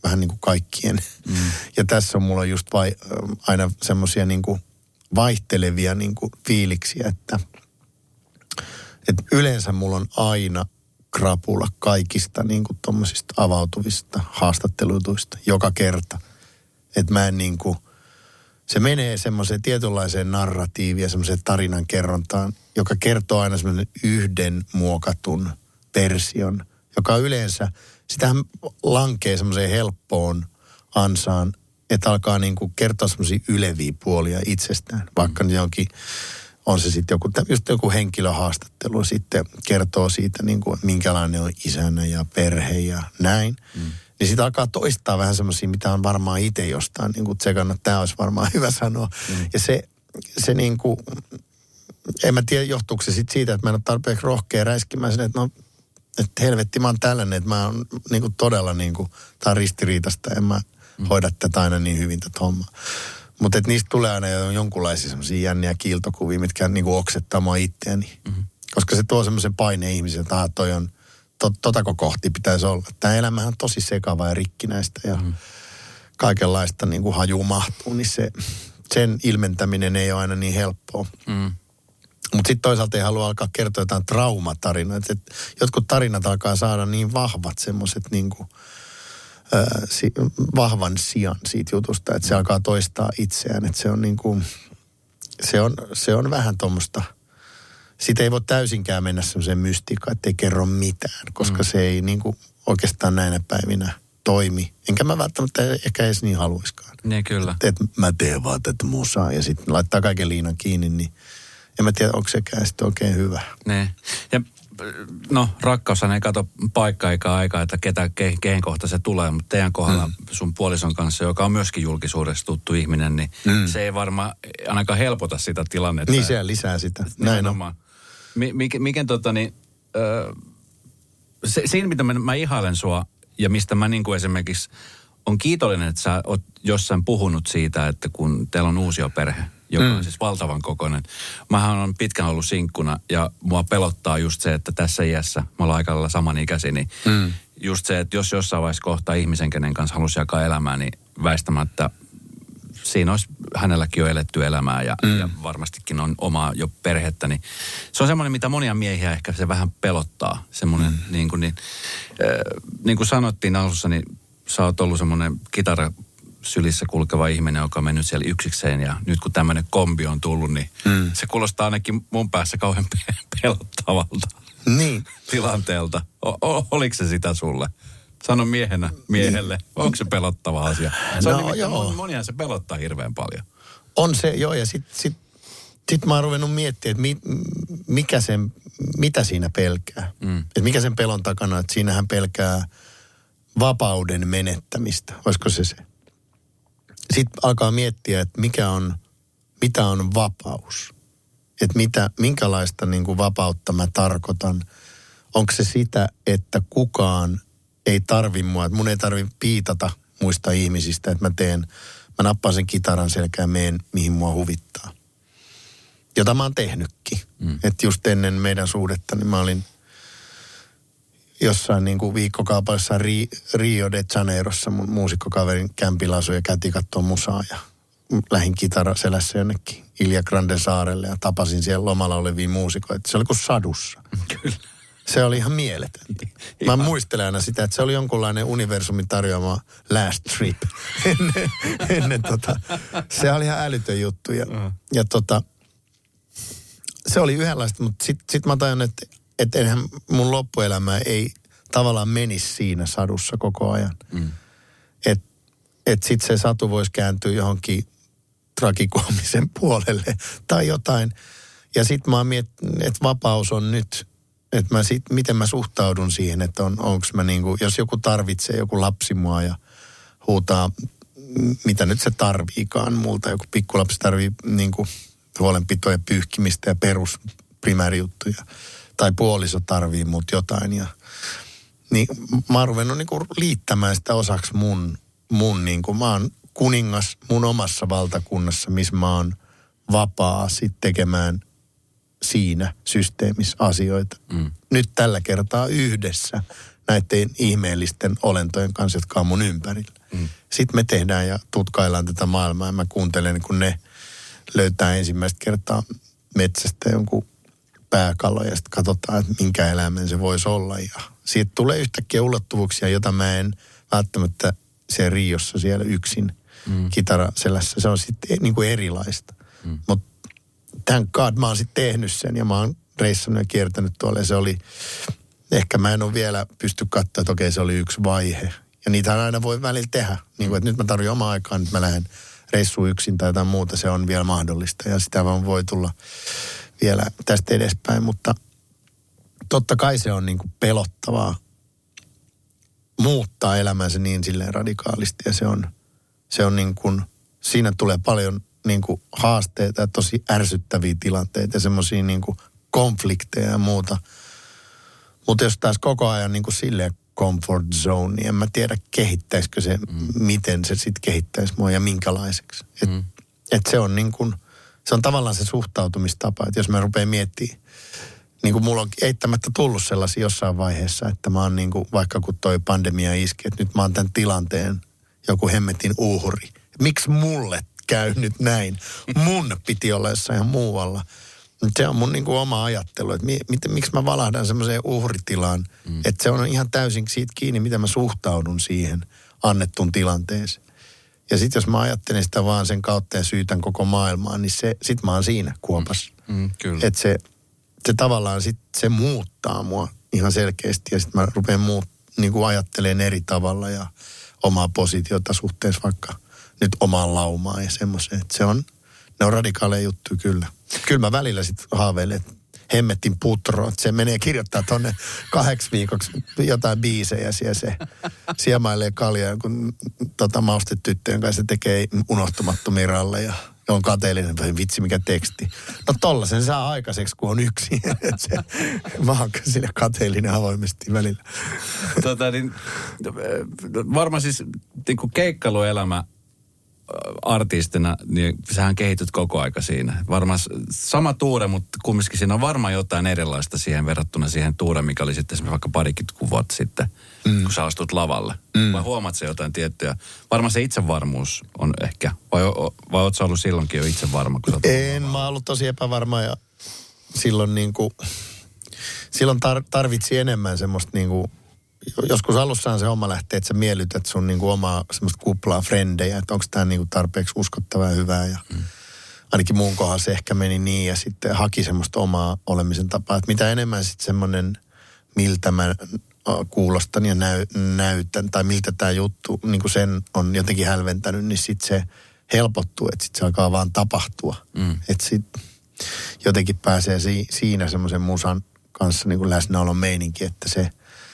vähän niin kuin kaikkien. Ja tässä on mulla just aina semmoisia niin kuin vaihtelevia niin kuin fiiliksiä, että yleensä mulla on aina krapula kaikista niin kuin tommosista avautuvista haastattelutuista joka kerta. Että mä en niin kuin, se menee semmoiseen tietynlaiseen narratiiviin ja semmoiseen tarinan kerrontaan, joka kertoo aina semmoinen yhden muokatun version, joka yleensä, sitähän lankee semmoiseen helppoon ansaan, että alkaa niin kuin kertoa semmoisia yleviä puolia itsestään. Vaikka jonkin, on se sitten joku henkilöhaastattelu, sitten kertoo siitä niin kuin, minkälainen on isänä ja perhe ja näin. Niin sitten alkaa toistaa vähän semmoisia, mitä on varmaan itse jostain niin kuin tsekannut, että tämä olisi varmaan hyvä sanoa. Ja se niin kuin, en mä tiedä johtuuko se sitten siitä, että mä en ole tarpeeksi rohkea räiskimään sen, että no, että helvetti mä oon tällainen, että mä oon niin kuin todella niin kuin, tää on ristiriitasta, en mä hoida tätä aina niin hyvin tätä hommaa. Mutta että niistä tulee aina jonkunlaisia semmoisia jänniä kiiltokuvia, mitkä niin kuin oksettaa mua itseäni. Koska se tuo semmoisen paineen ihmiseltä, että toi on, totako kohti pitäisi olla. Tämä elämähän on tosi sekava ja rikkinäistä ja kaikenlaista niin kuin hajuu mahtuu, niin sen ilmentäminen ei ole aina niin helppoa. Mutta sitten toisaalta ei halua alkaa kertoa jotain traumatarinoita. Jotkut tarinat alkaa saada niin vahvat semmoiset niin kuin vahvan sijan siitä jutusta, että se alkaa toistaa itseään. Että se on niin kuin, se on vähän tuommoista, siitä ei voi täysinkään mennä semmoiseen mystiikkaan, että ei kerro mitään, koska se ei niin kuin oikeastaan näinä päivinä toimi. Enkä mä välttämättä ehkä edes niin haluiskaan. Niin kyllä. Että mä teen vaan tätä musaa ja sitten laittaa kaiken liinan kiinni, niin en mä tiedä, onko sekään sitten oikein hyvä. Niin. Ja no, rakkaushan ei kato paikkaa eikä aikaa, että kehen kohta se tulee, mutta teidän kohdalla sun puolison kanssa, joka on myöskin julkisuudessa tuttu ihminen, niin se ei varmaan ainakaan helpota sitä tilannetta. Niin, se lisää sitä. Näin on. Siinä, mitä mä ihailen sua ja mistä mä niin kuin esimerkiksi on kiitollinen, että sä oot jossain puhunut siitä, että kun teillä on uusioperhe, joka on siis valtavan kokoinen. Mähän on pitkään ollut sinkkuna ja mua pelottaa just se, että tässä iässä, mä ollaan aika lailla samanikäisiä, niin just se, että jos jossain vaiheessa kohtaa ihmisen, kenen kanssa halusi jakaa elämää, niin väistämättä siinä olisi hänelläkin jo eletty elämää ja varmastikin on omaa jo perhettä, niin se on semmoinen, mitä monia miehiä ehkä se vähän pelottaa. Semmoinen, niin kuin sanottiin alussa, niin sä oot ollut semmoinen kitara sylissä kulkeva ihminen, joka on mennyt siellä yksikseen ja nyt kun tämmöinen kombi on tullut, niin se kuulostaa ainakin mun päässä kauhean pelottavalta tilanteelta. Oliko se sitä sulle? Sano miehenä miehelle. Onko se pelottava asia? Se on monia se pelottaa hirveän paljon. On se, joo, ja sit mä oon ruvennut miettimään, että mitä siinä pelkää. Että mikä sen pelon takana, että siinähän pelkää vapauden menettämistä. Olisiko se? Sitten alkaa miettiä, että mitä on vapaus. Että minkälaista niin kuin vapautta mä tarkoitan. Onko se sitä, että kukaan ei tarvi mua, että mun ei tarvi piitata muista ihmisistä, että mä nappaan sen kitaran selkään, meen mihin mua huvittaa. Jota mä oon tehnytkin. Että just ennen meidän suhdetta, niin mä olin jossain niin kuin viikkokaupassa Rio de Janeirossa mun muusikkokaverin kämpillä asui ja käytiin katsoa musaa ja lähdin kitara selässä jonnekin Ilja Grande saarelle ja tapasin siellä lomalla olevia muusikoita. Se oli kuin sadussa. Kyllä. Se oli ihan mieletöntä. Mä muistelen aina sitä, että se oli jonkunlainen universumin tarjoama last trip. Se oli ihan älytön juttu. Ja se oli yhdenlaista, mutta sit mä tajun, että eihän mun loppuelämä ei tavallaan menisi siinä sadussa koko ajan. Että sit se satu voisi kääntyä johonkin tragikoomisen puolelle tai jotain. Ja sit mä oon miettinyt, että vapaus on nyt, että miten mä suhtaudun siihen, että onko mä niinku, jos joku tarvitsee, joku lapsi mua ja huutaa, mitä nyt se tarviikaan multa. Joku pikkulapsi tarvii niinku huolenpitoa ja pyyhkimistä ja perusprimäärijuttuja. Tai puoliso tarvii mut jotain. Niin mä oon ruvennut niinku liittämään sitä osaksi mun niinku, mä oon kuningas mun omassa valtakunnassa, missä mä oon vapaa sit tekemään siinä systeemissä asioita. Nyt tällä kertaa yhdessä näiden ihmeellisten olentojen kanssa, jotka on mun ympärillä. Sitten me tehdään ja tutkaillaan tätä maailmaa ja mä kuuntelen, kun ne löytää ensimmäistä kertaa metsästä jonkun pääkalon ja sitten katsotaan, että minkä eläimen se voisi olla. Ja siitä tulee yhtäkkiä ulottuvuuksia, jota mä en välttämättä siellä Riossa siellä yksin kitaraselässä. Se on sitten niin kuin erilaista. Mutta thank God mä oon sitten tehnyt sen ja mä oon reissannut ja kiertänyt tuolla ja se oli, ehkä mä en ole vielä pysty katsoa, että okei, se oli yksi vaihe. Ja niitä aina voi välillä tehdä. Niin kuin, että nyt mä tarvitsen omaa aikaa, nyt mä lähden reissuun yksin tai jotain muuta, se on vielä mahdollista. Ja sitä vaan voi tulla vielä tästä edespäin, mutta totta kai se on niin kuin pelottavaa muuttaa elämänsä niin silleen radikaalisti. Ja se on niin kuin, siinä tulee paljon niin kuin haasteita ja tosi ärsyttäviä tilanteita ja semmoisia niin kuin konflikteja ja muuta. Mutta jos taas koko ajan niin kuin silleen comfort zone, niin en mä tiedä kehittäisikö se, miten se sitten kehittäisi mua ja minkälaiseksi. Et se on niin kuin, se on tavallaan se suhtautumistapa, että jos mä rupean miettimään, niin kuin mulla on eittämättä tullut sellaisia jossain vaiheessa, että mä oon niin kuin, vaikka kun toi pandemia iski, että nyt mä oon tämän tilanteen joku hemmetin uhri. Miksi mulle käy nyt näin? Mun piti olla jossain ihan muualla. Se on mun niin kuin oma ajattelu, että miksi mä valahdan semmoiseen uhritilaan, että se on ihan täysin siitä kiinni, miten mä suhtaudun siihen annettuun tilanteeseen. Ja sitten jos mä ajattelen sitä vaan sen kautta ja syytän koko maailmaa, niin sit mä oon siinä kuopassa. Että se tavallaan se muuttaa mua ihan selkeästi ja sitten mä rupean niin kuin ajattelemaan eri tavalla ja omaa positiota suhteessa vaikka nyt omaan laumaan ja semmoiseen. Että ne on radikaaleja juttuja kyllä. Kyllä mä välillä sitten haaveilen, että hemmettin putro, että se menee kirjoittaa tonne 8 viikoksi jotain biisejä siellä se siemailee kaljaa, kun maustetyttöjen kanssa se tekee unohtumattomia ralleja. On kateellinen, vitsi mikä teksti. No tollasen saa aikaiseksi, kun on yksin. Mä oon sille kateellinen avoimesti välillä. Varmaan siis niin kuin keikkailuelämä artistina, niin sähän kehityt koko aika siinä. Varmaan sama tuure, mutta kumminkin siinä on varmaan jotain erilaista siihen verrattuna siihen tuureen, mikä oli sitten vaikka parikymmentä vuotta sitten, kun sä astut lavalle. Vai huomaat sä jotain tiettyä? Varmaan se itsevarmuus on ehkä. Vai oot sä ollut silloinkin jo itsevarma? Kun mä oon ollut tosi epävarma ja silloin silloin tarvitsi enemmän semmoista joskus alussaan se homma lähtee, että sä miellytät sun niinku omaa semmoista kuplaa frendejä, että onko tämä niinku tarpeeksi uskottavaa ja hyvää. Ja ainakin mun kohdalla se ehkä meni niin ja sitten haki semmoista omaa olemisen tapaa. Että mitä enemmän sitten semmoinen, miltä mä kuulostan ja näytän tai miltä tämä juttu niinku sen on jotenkin hälventänyt, niin sitten se helpottuu, että sitten se alkaa vaan tapahtua. Että sitten jotenkin pääsee siinä semmoisen musan kanssa niinku läsnäolon meininki, että se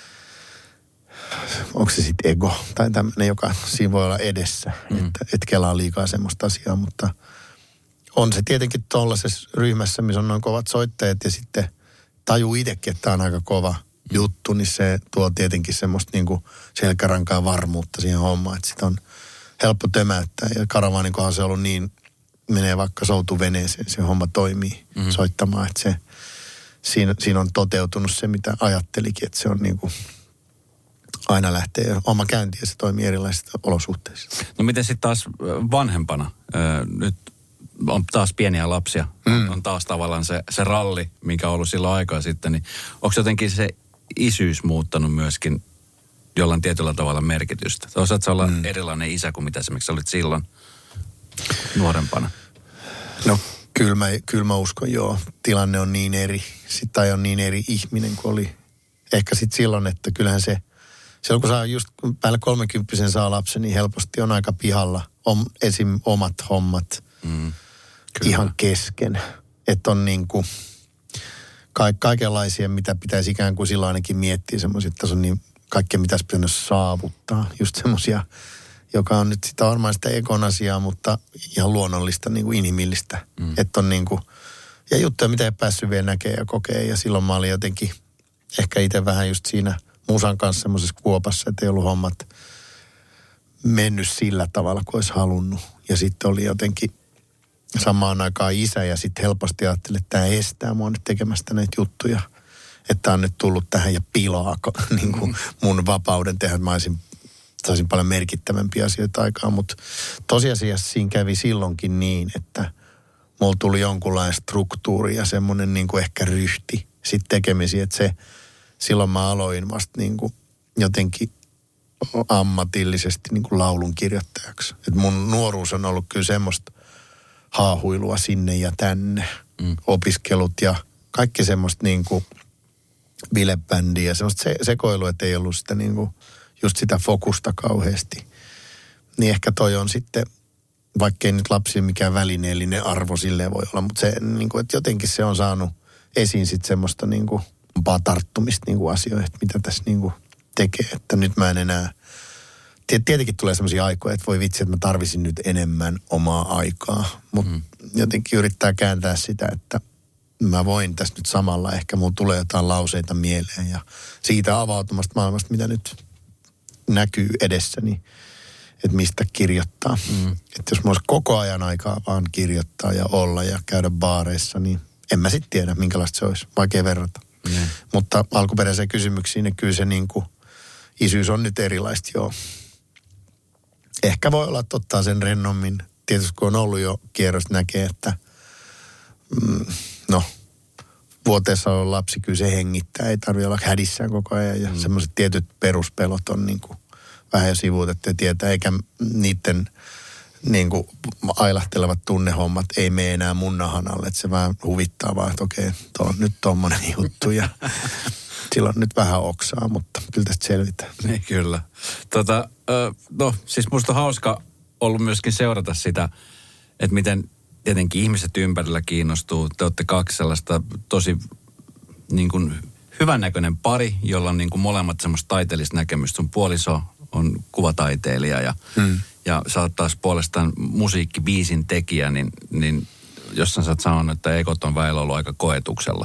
onko se sitten ego tai tämmöinen, joka siinä voi olla edessä, että kelaa liikaa semmoista asiaa, mutta on se tietenkin tuollaisessa ryhmässä, missä on noin kovat soittajat ja sitten tajuu itsekin, että tämä on aika kova juttu, niin se tuo tietenkin semmoista niinku selkärankaa varmuutta siihen hommaan, että sitä on helppo tömäyttää ja karavaanin kohdalla se on ollut niin, menee vaikka soutuveneeseen, se homma toimii soittamaan, että se, siinä on toteutunut se, mitä ajattelikin, että se on niinku aina lähtee oma käynti ja se toimii erilaisissa olosuhteissa. No miten sitten taas vanhempana? Nyt on taas pieniä lapsia. On taas tavallaan se ralli, mikä on ollut silloin aikaa sitten. Niin onko jotenkin se isyys muuttanut myöskin jollain tietyllä tavalla merkitystä? Osaatko sä olla erilainen isä kuin mitä esimerkiksi olit silloin nuorempana? No kyllä mä uskon, joo. Tilanne on niin eri. Tai on niin eri ihminen kuin oli ehkä sitten silloin, että kyllähän se silloin kun saa just päälle 30 saa lapsen, niin helposti on aika pihalla esim. Omat hommat ihan kesken. Että on niinku kaikenlaisia, mitä pitäisi ikään kuin silloin ainakin miettiä semmoisia, että se on niin kaikkea, mitä pitäisi saavuttaa. Just semmoisia, joka on nyt sitä varmaan sitä ekon asiaa, mutta ihan luonnollista, niin kuin inhimillistä. Että on niinku, ja juttuja, mitä ei päässyt vielä näkemään ja kokee. Ja silloin mä olin jotenkin ehkä itse vähän just siinä musan kanssa semmoisessa kuopassa, että ei ollut hommat mennyt sillä tavalla, kuin olisi halunnut. Ja sitten oli jotenkin samaan aikaan isä ja sitten helposti ajattelin, että tämä estää mua nyt tekemästä näitä juttuja. että on nyt tullut tähän ja pilaa niin kuin mun vapauden tehdä, että saisin paljon merkittävämpiä asioita aikaan, mutta tosiasiassa siinä kävi silloinkin niin, että mulla tuli jonkunlainen struktuuri ja semmoinen niin kuin ehkä ryhti sitten tekemisiin, että silloin mä aloin vasta niin kuin jotenkin ammatillisesti niin kuin laulun kirjoittajaksi. Et mun nuoruus on ollut kyllä semmoista haahuilua sinne ja tänne, opiskelut ja kaikki semmoista niin kuin bilebändiä ja semmoista sekoilua, että ei ollut sitä niin kuin just sitä fokusta kauheasti. Niin ehkä toi on sitten, vaikkei nyt lapsille mikään välineellinen arvo silleen voi olla, mutta se niin kuin, että jotenkin se on saanut esiin sitten semmoista niin kuin tarttumista niin kuin asioihin, että mitä tässä niin kuin tekee, että nyt mä en enää, tietenkin tulee semmoisia aikoja, että voi vitsi, että mä tarvisin nyt enemmän omaa aikaa, mutta jotenkin yrittää kääntää sitä, että mä voin tässä nyt samalla, ehkä mulla tulee jotain lauseita mieleen ja siitä avautumasta maailmasta, mitä nyt näkyy edessäni, että mistä kirjoittaa. Että jos mulla olisi koko ajan aikaa vaan kirjoittaa ja olla ja käydä baareissa, niin en mä sitten tiedä, minkälaista se olisi. Vaikea verrata. Mutta alkuperäiseen kysymyksiin, niin kyllä se niin kuin isyys on nyt erilaista, joo. Ehkä voi olla, että ottaa sen rennommin. Tietysti kun on ollut jo kierrosta, näkee, että vuoteessa on lapsi, kyllä se hengittää. Ei tarvitse olla hädissään koko ajan. Ja semmoiset tietyt peruspelot on niin kuin vähän jo sivuutettu ja tietää. Eikä niiden niin kuin ailahtelevat tunnehommat ei mene enää mun nahan alle. Että se vähän huvittaa vaan, että okei, on nyt tommonen juttu ja silloin nyt vähän oksaa, mutta kyllä tästä selvitään. Niin, kyllä. Siis musta on hauska ollut myöskin seurata sitä, että miten tietenkin ihmiset ympärillä kiinnostuu. Te olette kaksi sellaista tosi niin kuin hyvännäköinen pari, jolla on niin kuin molemmat semmoista taiteellista näkemystä. Sun puoliso on kuvataiteilija ja sä oot taas puolestaan musiikkibiisin tekijä, niin jossain sä oot sanonut, että ekot on väillä ollut aika koetuksella.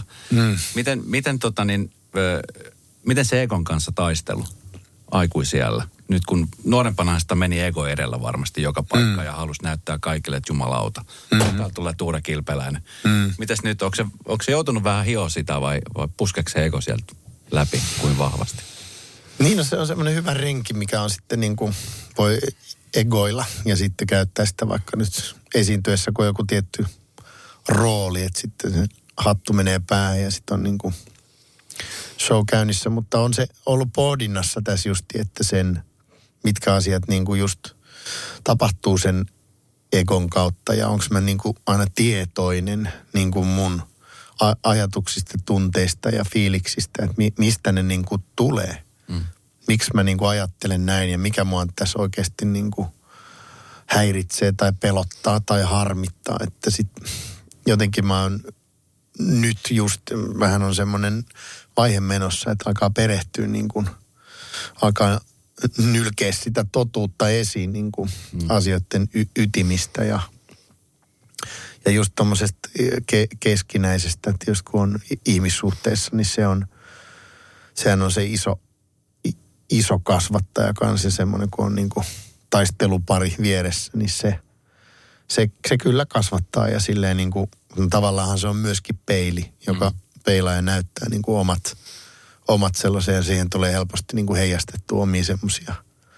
Miten se ekon kanssa taistelu aikuisiällä? Nyt kun nuorempana sitä meni ego edellä varmasti joka paikka ja halusi näyttää kaikille, että jumalauta. Täältä tulee Tuure Kilpeläinen. Mitäs nyt, onko se joutunut vähän hioa sitä vai puskeeko se ego sieltä läpi kuin vahvasti? Niin, no se on semmoinen hyvä renki, mikä on sitten niin kuin voi egoilla ja sitten käyttää sitä vaikka nyt esiintyessä, kun on joku tietty rooli, että sitten se hattu menee päähän ja sitten on niin kuin show käynnissä, mutta on se ollut pohdinnassa tässä justi, että mitkä asiat niin kuin just tapahtuu sen egon kautta ja onko mä niin kuin aina tietoinen niin kuin mun ajatuksista, tunteista ja fiiliksistä, että mistä ne niin kuin tulee. Miksi mä niin kuin ajattelen näin ja mikä mua tässä oikeasti niin kuin häiritsee tai pelottaa tai harmittaa, että sitten jotenkin mä oon nyt just vähän on semmoinen vaihe menossa, että alkaa perehtyä niin kuin, alkaa nylkeä sitä totuutta esiin niin kuin asioiden ytimistä ja just tommosesta keskinäisestä, että jos kun on ihmissuhteessa, niin sehän on se iso kasvattaja kanssa semmoinen, kun on niin kuin taistelupari vieressä, niin se kyllä kasvattaa ja silleen niin kuin, tavallaan se on myöskin peili, joka peilaa ja näyttää niin kuin omat sellaisia ja siihen tulee helposti niin kuin heijastettua omia semmoisia.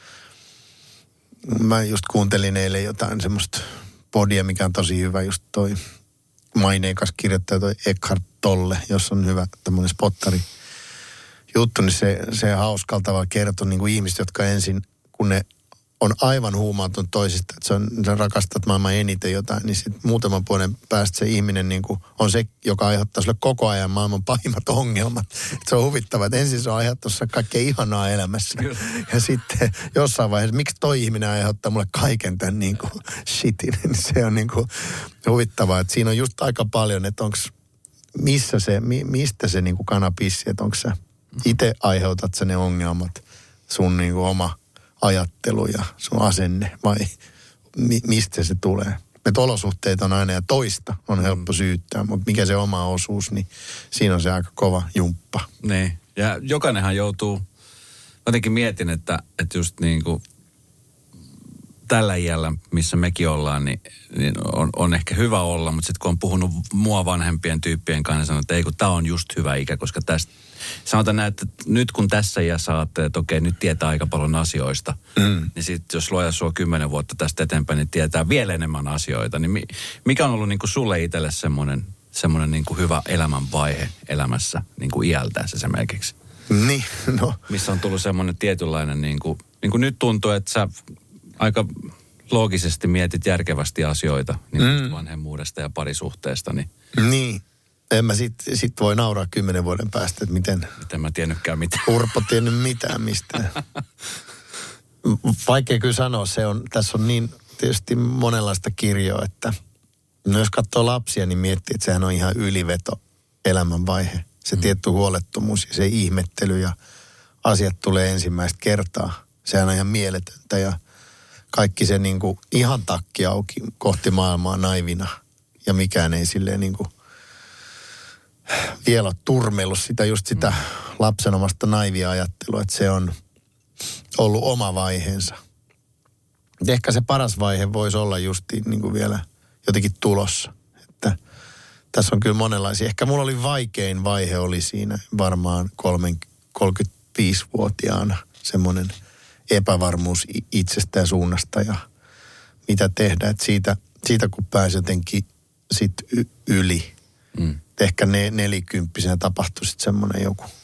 Mä just kuuntelin eilen jotain semmoista podia, mikä on tosi hyvä, just toi maineikas kirjoittaja toi Eckhart Tolle, jossa on hyvä tämmöinen spottari juttu, niin se hauskalla tavalla kertoo niin kuin ihmiset, jotka ensin, kun ne on aivan huumaantunut toisista, että sä rakastat maailman eniten jotain, niin sitten muutaman vuoden päästä se ihminen niin kuin on se, joka aiheuttaa sulle koko ajan maailman pahimmat ongelmat. Et se on huvittavaa, että ensin se on aiheuttanut kaikkea ihanaa elämässä. Ja sitten jossain vaiheessa, miksi toi ihminen aiheuttaa mulle kaiken tämän niin kuin shitin, niin se on niin kuin huvittavaa. Että siinä on just aika paljon, että mistä se niin kuin kana pissii, että onko sä itse aiheutat sä ne ongelmat, sun niin kuin oma ajattelu ja sun asenne vai mistä se tulee. Että olosuhteet on aina ja toista on helppo syyttää, mutta mikä se oma osuus, niin siinä on se aika kova jumppa. Niin, ja jokainenhan joutuu, jotenkin mietin, että just niin kuin tällä iällä, missä mekin ollaan, niin on ehkä hyvä olla, mutta sitten kun on puhunut mua vanhempien tyyppien kanssa, niin sanon, että ei kun tämä on just hyvä ikä, koska tästä, sanotaan näin, että nyt kun tässä iässä ajattelee, että okei, nyt tietää aika paljon asioista, niin sitten jos luoja sua 10 vuotta tästä eteenpäin, niin tietää vielä enemmän asioita, niin mikä on ollut niin kuin sulle itselle semmoinen niin kuin hyvä elämänvaihe elämässä niin kuin iältään se esimerkiksi? Niin, no. Missä on tullut semmoinen tietynlainen, niin kuin nyt tuntuu, että sä aika loogisesti mietit järkevästi asioita niin vanhemmuudesta ja parisuhteesta. Niin. En mä sit voi nauraa 10 vuoden päästä, että miten mä tiennytkään mitään. Urpo tiennyt mitään mistään. Vaikea kyllä sanoa, tässä on niin tietysti monenlaista kirjoa, että no jos katsoo lapsia, niin miettii, että sehän on ihan yliveto elämänvaihe. Se tietty huolettomuus ja se ihmettely ja asiat tulee ensimmäistä kertaa. Sehän on ihan mieletöntä ja kaikki se niin kuin ihan takki auki kohti maailmaa naivina. Ja mikään ei silleen niin kuin vielä ole turmellut sitä lapsenomasta naivia ajattelua, että se on ollut oma vaiheensa. Ehkä se paras vaihe voisi olla justiin niin kuin vielä jotenkin tulossa. Että tässä on kyllä monenlaisia. Ehkä mulla oli vaikein vaihe oli siinä varmaan 35-vuotiaana semmoinen epävarmuus itsestä ja suunnasta ja mitä tehdä. Että siitä kun pääsi jotenkin sit yli. Ehkä 40-vuotiaana tapahtui sitten semmoinen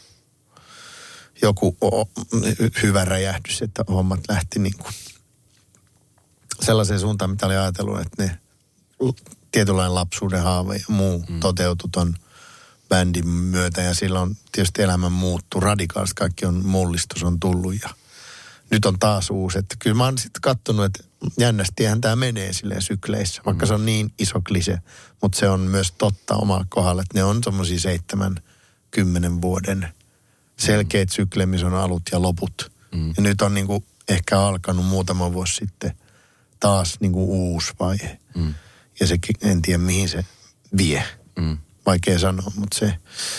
joku hyvä räjähdys, että hommat lähti niin kuin sellaiseen suuntaan, mitä oli ajatellut, että ne tietynlainen lapsuuden haave ja muu toteutui ton bändin myötä ja silloin tietysti elämä muuttui radikaalisesti. Kaikki on mullistus on tullut ja nyt on taas uusi. Että kyllä mä oon sitten kattonut, että jännästihän tämä menee silleen sykleissä, vaikka se on niin iso klise, mutta se on myös totta omalla kohdalla, että ne on semmoisia 7-10 vuoden selkeät sykleet, missä on alut ja loput. Ja nyt on niinku ehkä alkanut muutama vuosi sitten taas niinku uusi vaihe. Ja sekin, en tiedä mihin se vie. Vaikea sanoa, mutta se...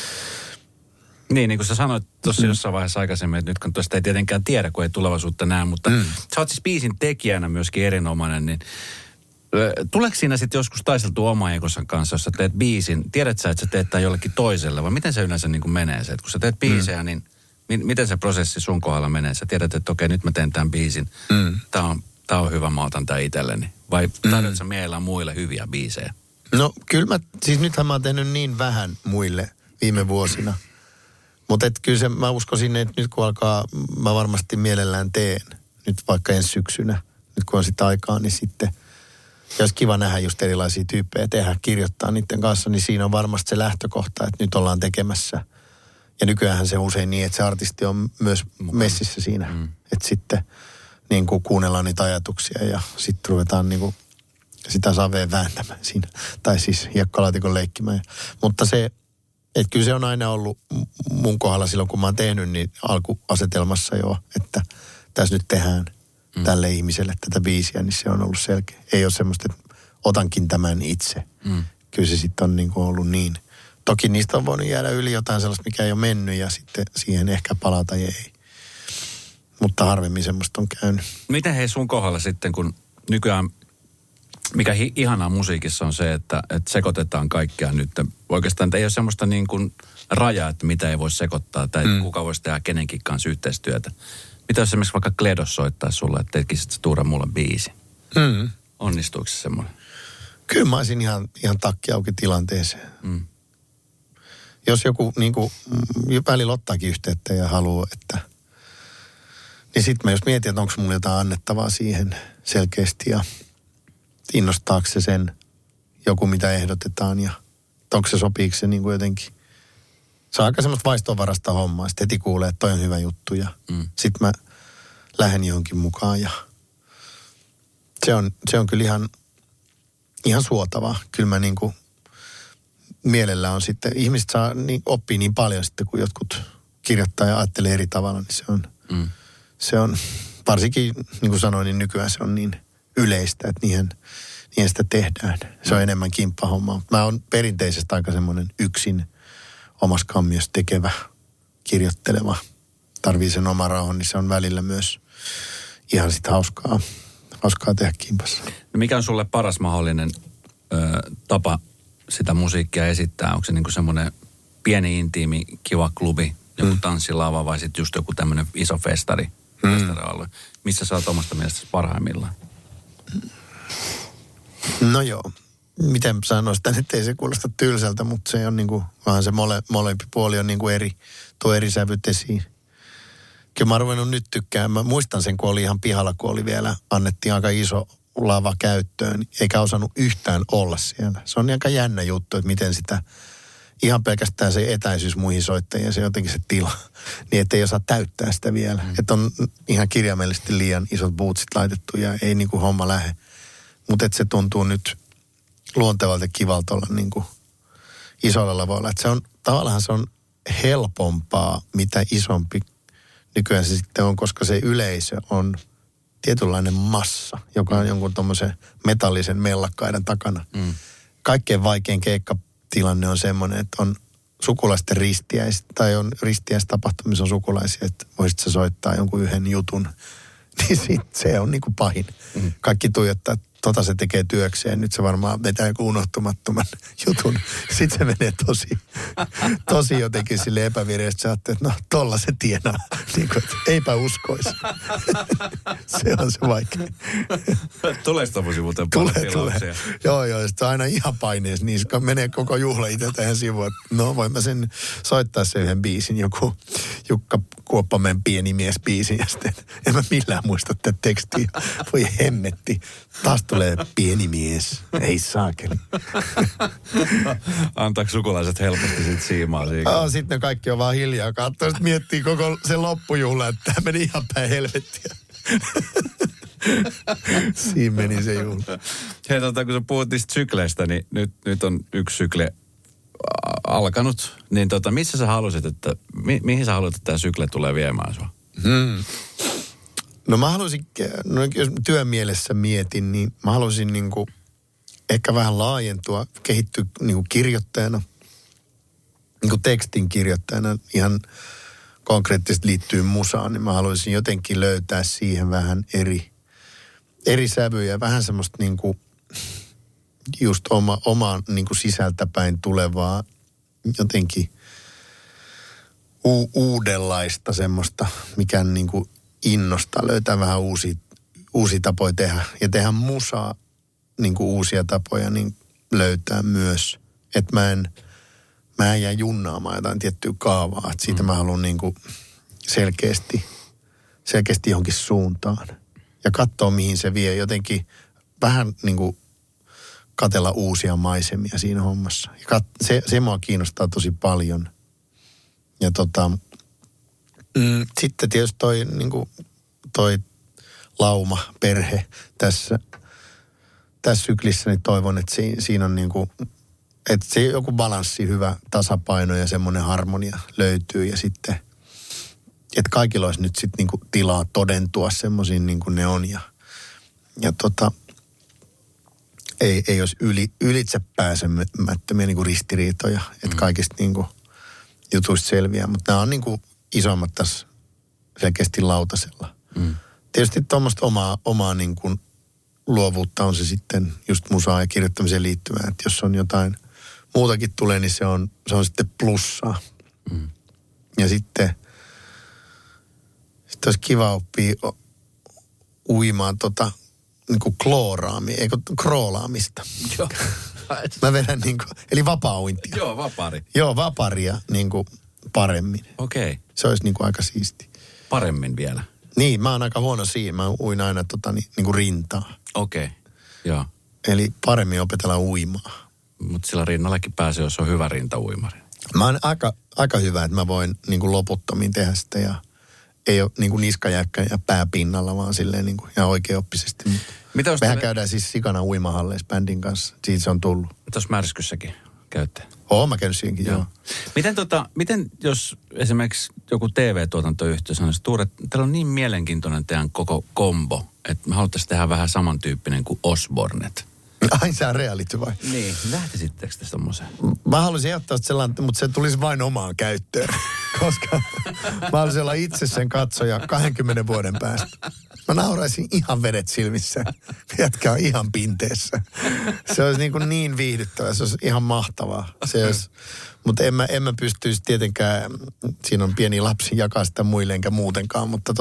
Niin kuin sä sanoit tuossa jossain vaiheessa aikaisemmin, että nyt kun tuosta ei tietenkään tiedä, kun ei tulevaisuutta näe, mutta sä oot siis biisin tekijänä myöskin erinomainen, niin tuleeko siinä sitten joskus taisteltua oma egosan kanssa, jos sä teet biisin, tiedät sä, että sä teet tämän jollekin toiselle, vai miten se yleensä niin kuin menee se, että kun sä teet biisejä, niin miten se prosessi sun kohdalla menee? Sä tiedät, että okei, nyt mä teen tämän biisin, tää on hyvä, mä otan tämän itselleni, vai tarvitset sä mielellään muille hyviä biisejä? No kyllä nythän mä oon tehnyt niin vähän muille viime vuosina. Mutta kyllä mä uskoisin, että nyt kun mä varmasti mielellään teen, nyt vaikka ensi syksynä, nyt kun on sitä aikaa, niin sitten olisi kiva nähdä just erilaisia tyyppejä tehdä, kirjoittaa niiden kanssa, niin siinä on varmasti se lähtökohta, että nyt ollaan tekemässä. Ja nykyäänhän se usein niin, että se artisti on myös messissä siinä, että sitten niin kuin kuunnellaan niitä ajatuksia ja sitten ruvetaan niin kuin sitä saveen vääntämään siinä, tai siis hiekkalaatikon leikkimään. Mutta se... Että kyllä se on aina ollut mun kohdalla silloin, kun mä oon tehnyt, niin alkuasetelmassa jo, että tässä nyt tehdään tälle ihmiselle tätä biisiä, niin se on ollut selkeä. Ei ole semmoista, että otankin tämän itse. Kyllä se sitten on niin kuin ollut niin. Toki niistä on voinut jäädä yli jotain sellaista, mikä ei ole mennyt ja sitten siihen ehkä palata ja ei. Mutta harvemmin semmoista on käynyt. Miten hei sun kohdalla sitten, kun nykyään... Mikä ihanaa musiikissa on se, että sekoitetaan kaikkea nyt. Oikeastaan ei ole semmoista niin kuin rajaa, että mitä ei voi sekoittaa tai kuka voisi tehdä kenenkin kanssa yhteistyötä. Mitä jos esimerkiksi vaikka Kledos soittaisi sulle, että tekisit tuura mulle biisi? Onnistuuko se semmoinen? Kyllä mä olisin ihan takki auki tilanteeseen. Jos joku niin kuin välillä ottaakin yhteyttä ja haluaa, että... Niin sitten mä jos mietin, että onko mulla jotain annettavaa siihen selkeästi ja... Innostaako se sen joku, mitä ehdotetaan ja onko se sopiiko se niin kuin jotenkin. Se on aika semmoista vaistovarasta hommaa. Sitten heti kuulee, että toi on hyvä juttu ja sitten mä lähden johonkin mukaan ja se on kyllä ihan suotavaa. Kyllä mä niin kuin mielellään on sitten, ihmiset oppii niin paljon sitten, kun jotkut kirjoittaa ja ajattelee eri tavalla, niin se on varsinkin, niin kuin sanoin, niin nykyään se on niin yleistä, että niihin sitä tehdään. Se on enemmän kimppahommaa. Mä oon perinteisesti aika semmoinen yksin omassa kammiossa tekevä, kirjoitteleva. Tarvii sen oma rauhan, niin se on välillä myös ihan sit hauskaa hauskaa tehdä kimpassa. No mikä on sulle paras mahdollinen tapa sitä musiikkia esittää? Onko se niinku semmoinen pieni, intiimi, kiva klubi, joku tanssilava vai sitten just joku tämmöinen iso festarialue? Missä sä oot omasta mielestäsi parhaimmillaan? No joo. Miten sanoisin tämän, ettei se kuulosta tylsältä, mutta se on niinku, vähän se molempi puoli on niinku tuo eri sävyt esiin. Kyllä mä oon ruvennut nyt tykkään. Mä muistan sen, kun oli ihan pihalla, kun oli vielä, annettiin aika iso lava käyttöön, eikä osannut yhtään olla siellä. Se on aika jännä juttu, että miten sitä, ihan pelkästään se etäisyys muihin soittajiin, se jotenkin se tila, niin ettei osaa täyttää sitä vielä. Että on ihan kirjaimellisesti liian isot bootsit laitettu ja ei niinku homma lähde. Mutta että se tuntuu nyt luontevalta kivalta olla niinku isolla lavoilla. Että se on, tavallaan se on helpompaa, mitä isompi nykyään se sitten on, koska se yleisö on tietynlainen massa, joka on jonkun tommoisen metallisen mellakkaidan takana. Kaikkein vaikein keikkatilanne on semmoinen, että on sukulaisten ristiäis, tai on ristiäistapahtumissa on sukulaisia, että voisit sä soittaa jonkun yhden jutun, niin sit se on niinku pahin. Kaikki tuijottaa, että se tekee työkseen, nyt se varmaan vetää joku unohtumattoman jutun. Sitten se menee tosi jotenkin sille epävireistä. Sä ajattelet, että no tolla se tienaa. Niin kuin, että eipä uskoisi. Se on se vaikea. Tulee sitä muuten paljon tilauksia. Joo, sitten on aina ihan paineessa. Niin menee koko juhla itseltä ihan sivuun. No voin mä sen soittaa sen yhden biisin, joku Jukka Kuoppamäen pieni mies biisin. Ja sitten en mä millään muista tätä tekstiä. Voi hemmetti. Taas tulee pieni mies. Ei saakeli. Antaako sukulaiset helposti sit siimaa siinä? Sitten ne kaikki on vaan hiljaa. Katsoo, sitten miettii koko sen loppujuhla, että tämä meni ihan päin helvettiä. Siinä meni se juhla. Hei, kun sä puhut niistä sykleistä, niin nyt on yksi sykle alkanut. Niin missä sä halusit, että mihin sä haluat, että tämä sykle tulee viemään sua? No mä haluaisin, jos työn mielessä mietin, niin mä haluaisin niinku ehkä vähän laajentua, kehittyä niinku kirjoittajana, niinku tekstin kirjoittajana, ihan konkreettisesti liittyy musaan, niin mä haluaisin jotenkin löytää siihen vähän eri sävyjä, vähän semmoista niinku just omaan niinku sisältäpäin tulevaa jotenkin uudenlaista semmoista, mikä niinku innostaa, löytää vähän uusia tapoja tehdä musaa, niin kuin uusia tapoja, niin löytää myös, että mä en jää junnaamaan jotain tiettyä kaavaa, että siitä mä haluan niin kuin selkeästi johonkin suuntaan ja katsoa, mihin se vie, jotenkin vähän niin kuin katsella uusia maisemia siinä hommassa. Ja se mua kiinnostaa tosi paljon. Ja sitten tietysti toi lauma, perhe tässä syklissä, niin toivon, että siinä on että se joku balanssi, hyvä tasapaino ja semmoinen harmonia löytyy. Ja sitten, että kaikilla olisi nyt sitten tilaa todentua semmoisiin niin kuin ne on. Ja ei olisi ylitse pääsemättömiä niin kuin ristiriitoja, että kaikista niin kuin jutuista selviää. Mutta nämä on niin kuin isommat tässä selkeästi lautasella. Tietysti tuommoista omaa niin kuin luovuutta on se sitten just musaa ja kirjoittamiseen liittyvää. Että jos on jotain muutakin tulee, niin se on sitten plussaa. Ja sitten olisi kiva oppia uimaan niin kuin kroolaamista. Joo. Mä vedän eli vapaa-uintia. Joo, vapari. Joo, vaparia paremmin. Okei. Se olisi aika siisti. Paremmin vielä. Niin, mä oon aika huono siinä. Mä uin aina rintaa. Okei, joo. Eli paremmin opetella uimaa. Mutta sillä rinnallakin pääsee, jos on hyvä rintauimari. Mä oon aika hyvä, että mä voin loputtomiin tehdä sitä ja ei ole niskajäkkä ja pää pinnalla, vaan silleen ihan oikeaoppisesti. Mehän käydään siis sikana uimahalleissa bändin kanssa. Siitä se on tullut. Tuossa Märskyssäkin käytte. Oon mä käynyt siinkin, joo. Miten jos esimerkiksi joku TV-tuotantoyhtiö sanoisi, että teillä on niin mielenkiintoinen teidän koko kombo, että me haluttaisiin tehdä vähän samantyyppinen kuin Osbornet. Ai sä reality vai? Niin, lähtisittekö te tommoseen? Mä haluaisin ottaa sellainen, mutta se tulisi vain omaan käyttöön. Koska mä haluaisin olla itse sen katsoja 20 vuoden päästä. Mä nauraisin ihan vedet silmissä. Jätkä on ihan pinteessä. Se olisi niin viihdyttävää, se olisi ihan mahtavaa. Mutta en mä pystyisi tietenkään, siinä on pieni lapsi, jakaa sitä muille enkä muutenkaan, mutta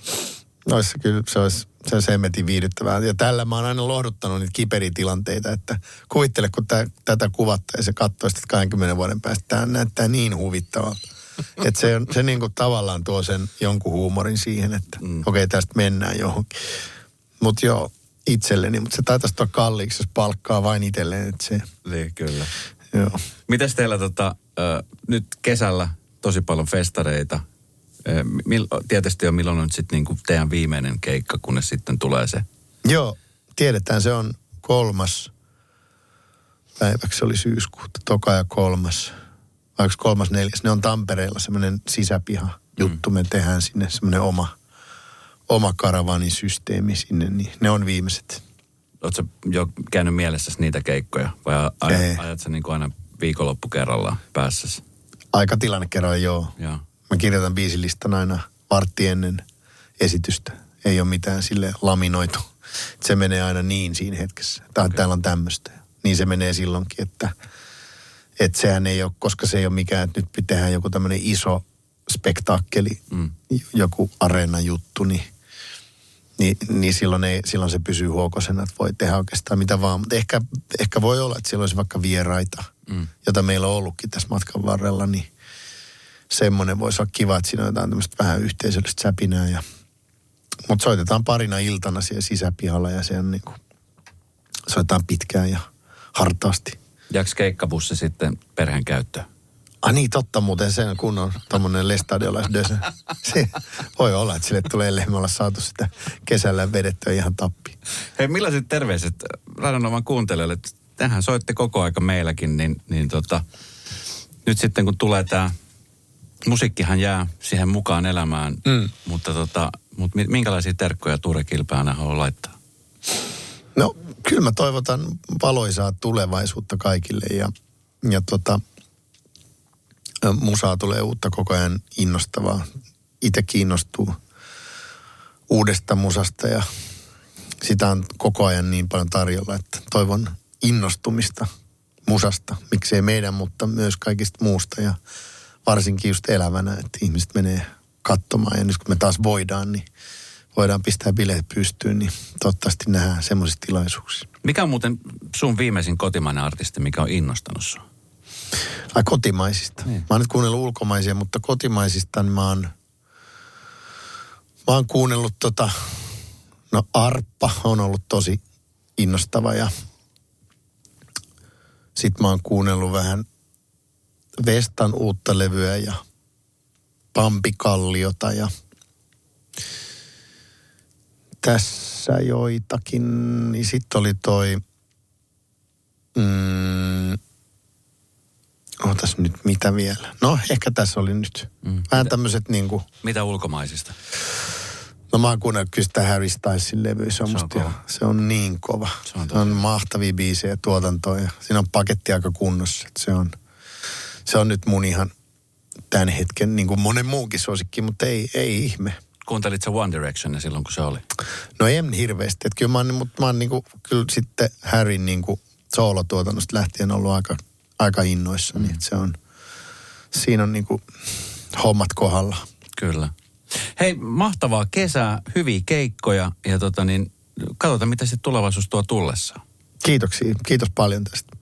se olisi hemmetin viihdyttävää. Ja tällä mä oon aina lohduttanut niitä kiperitilanteita, että kuvittele, kun tätä kuvatta ja se katsoo sitten 20 vuoden päästä, tämä näyttää niin huvittavalta. Että se tavallaan tuo sen jonkun huumorin siihen, että okei, tästä mennään johonkin. Mutta joo, itselleni, mutta se taitaisi tulla kalliiksi, jos palkkaa vain itselleen. Että se. Niin, kyllä. Joo. Mites teillä nyt kesällä tosi paljon festareita? Tietysti on milloin on sitten niinku teidän viimeinen keikka, kunnes sitten tulee se? Joo, tiedetään, se on 3. päiväksi, se oli syyskuuta, 2. ja 3. vai 3. 4. Ne on Tampereella semmoinen sisäpiha juttu, me tehdään sinne semmoinen oma karavaanisysteemi sinne, niin ne on viimeiset. Oletko jo käynyt mielessäsi niitä keikkoja vai ajat sä niinku aina viikonloppu kerrallaan päässäsi? Aika tilanne kerran, joo. Mä kirjoitan biisilistan aina vartti ennen esitystä. Ei ole mitään sille laminoitu. Se menee aina niin siinä hetkessä. Täällä on tämmöistä. Niin se menee silloinkin, että sehän ei ole, koska se ei ole mikään, että nyt tehdään joku tämmöinen iso spektaakkeli, joku areenan juttu, niin silloin se pysyy huokosena, että voi tehdä oikeastaan mitä vaan. Mutta ehkä voi olla, että siellä olisi vaikka vieraita, jota meillä on ollutkin tässä matkan varrella, niin semmoinen voisi olla kiva, että siinä on jotain tämmöistä vähän yhteisöllistä säpinää. Mutta soitetaan parina iltana siellä sisäpihalla ja se on soitetaan pitkään ja hartaasti. Jääkö keikkabussi sitten perheen käyttöön? Niin, totta muuten sen kun on tommonen lestadiolaisdösö. Se voi olla, että sille tulee, ellei me olla saatu sitä kesällä vedettyä ihan tappiin. Hei, millaiset terveiset Radionovan kuuntelijoille? Tähän soitte koko aika meilläkin, niin nyt sitten kun tulee tämä musiikkihan jää siihen mukaan elämään, mutta minkälaisia terkkoja Ture Kilpeäinen haluaa laittaa? No, kyllä mä toivotan valoisaa tulevaisuutta kaikille ja musaa tulee uutta koko ajan innostavaa. Itse kiinnostuu uudesta musasta ja sitä on koko ajan niin paljon tarjolla, että toivon innostumista musasta. Miksei meidän, mutta myös kaikista muusta ja varsinkin just elävänä, että ihmiset menee katsomaan ja nyt kun me taas voidaan, niin voidaan pistää bileet pystyyn, niin toivottavasti nähdään semmoisissa tilaisuuksissa. Mikä on muuten sun viimeisin kotimainen artisti, mikä on innostanut sua? Kotimaisista. Niin. Mä oon nyt kuunnellut ulkomaisia, mutta kotimaisista niin mä oon kuunnellut Arppa on ollut tosi innostava ja sit mä oon kuunnellut vähän Vestan uutta levyä ja Pampi Kalliota ja tässä joitakin, niin sitten oli toi, ootas nyt mitä vielä. No ehkä tässä oli nyt. Vähän tämmöiset niinku. Mitä ulkomaisista? No mä oon kuunnellut kyllä sitä Harry Stylesin levyä. Se on niin kova. Se on mahtavia biisejä ja tuotantoa ja siinä on paketti aika kunnossa. Se on nyt mun ihan tämän hetken niin kuin monen muunkin suosikki, mutta ei ihme. Kuuntelit sä One Directionia silloin, kun se oli? No en hirveästi. Että kyllä mä oon niin kuin, kyllä sitten Harryn niin kuin soolotuotannosta lähtien ollut aika innoissani. Että siinä on niin kuin hommat kohdalla. Kyllä. Hei, mahtavaa kesää, hyviä keikkoja ja katsotaan mitä sitten tulevaisuus tuo tullessaan. Kiitoksia. Kiitos paljon tästä.